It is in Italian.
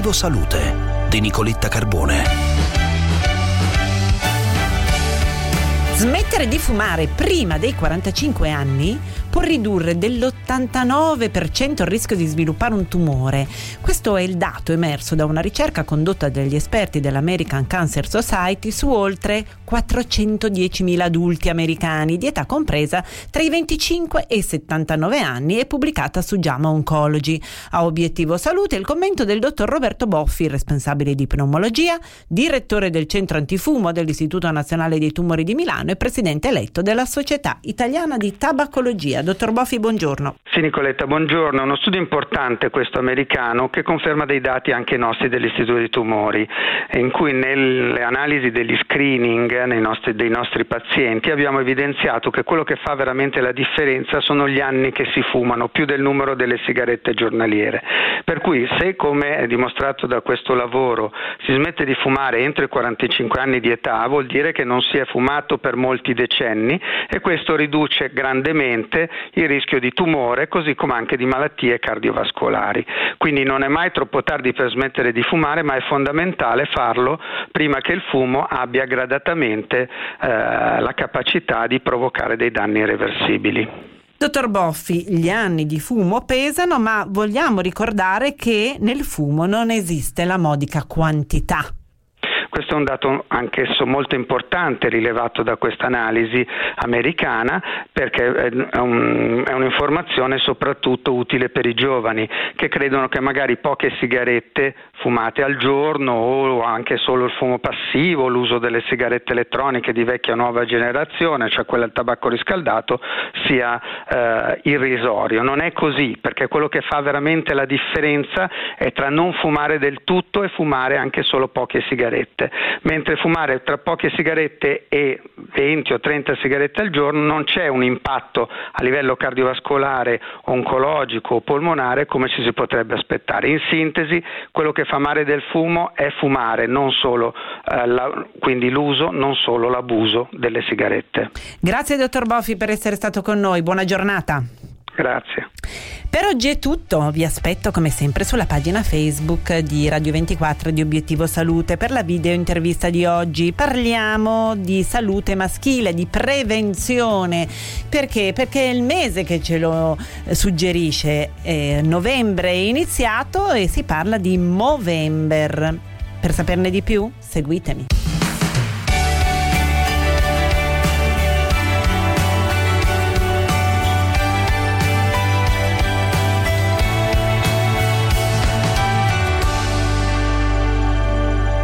Obiettivo Salute di Nicoletta Carbone. Smettere di fumare prima dei 45 anni può ridurre dell'89% il rischio di sviluppare un tumore. Questo è il dato emerso da una ricerca condotta dagli esperti dell'American Cancer Society su oltre 410.000 adulti americani di età compresa tra i 25 e i 79 anni e pubblicata su JAMA Oncology. A Obiettivo Salute il commento del dottor Roberto Boffi, responsabile di pneumologia, direttore del Centro Antifumo dell'Istituto Nazionale dei Tumori di Milano e presidente eletto della Società Italiana di Tabacologia. Dottor Boffi, buongiorno. Sì, Nicoletta, buongiorno. È uno studio importante questo americano che conferma dei dati anche nostri dell'Istituto dei Tumori, in cui nelle analisi degli screening dei nostri pazienti abbiamo evidenziato che quello che fa veramente la differenza sono gli anni che si fumano, più del numero delle sigarette giornaliere. Per cui se, come è dimostrato da questo lavoro, si smette di fumare entro i 45 anni di età, vuol dire che non si è fumato per molti decenni e questo riduce grandemente il rischio di tumore, così come anche di malattie cardiovascolari. Quindi non è mai troppo tardi per smettere di fumare, ma è fondamentale farlo prima che il fumo abbia gradatamente la capacità di provocare dei danni irreversibili. Dottor Boffi, gli anni di fumo pesano, ma vogliamo ricordare che nel fumo non esiste la modica quantità. Questo è un dato anch'esso molto importante rilevato da questa analisi americana, perché è un'informazione soprattutto utile per i giovani che credono che magari poche sigarette fumate al giorno o anche solo il fumo passivo, l'uso delle sigarette elettroniche di vecchia o nuova generazione, cioè quella al tabacco riscaldato, sia irrisorio. Non è così, perché quello che fa veramente la differenza è tra non fumare del tutto e fumare anche solo poche sigarette. Mentre fumare tra poche sigarette e 20 o 30 sigarette al giorno non c'è un impatto a livello cardiovascolare, oncologico o polmonare come ci si potrebbe aspettare. In sintesi, quello che fa male del fumo è fumare, non solo quindi l'uso, non solo l'abuso delle sigarette. Grazie dottor Boffi per essere stato con noi, buona giornata. Grazie. Per oggi è tutto, vi aspetto come sempre sulla pagina Facebook di Radio 24 di Obiettivo Salute per la video intervista di oggi. Parliamo di salute maschile, di prevenzione. Perché? Perché è il mese che ce lo suggerisce, novembre è iniziato e si parla di Movember. Per saperne di più, seguitemi.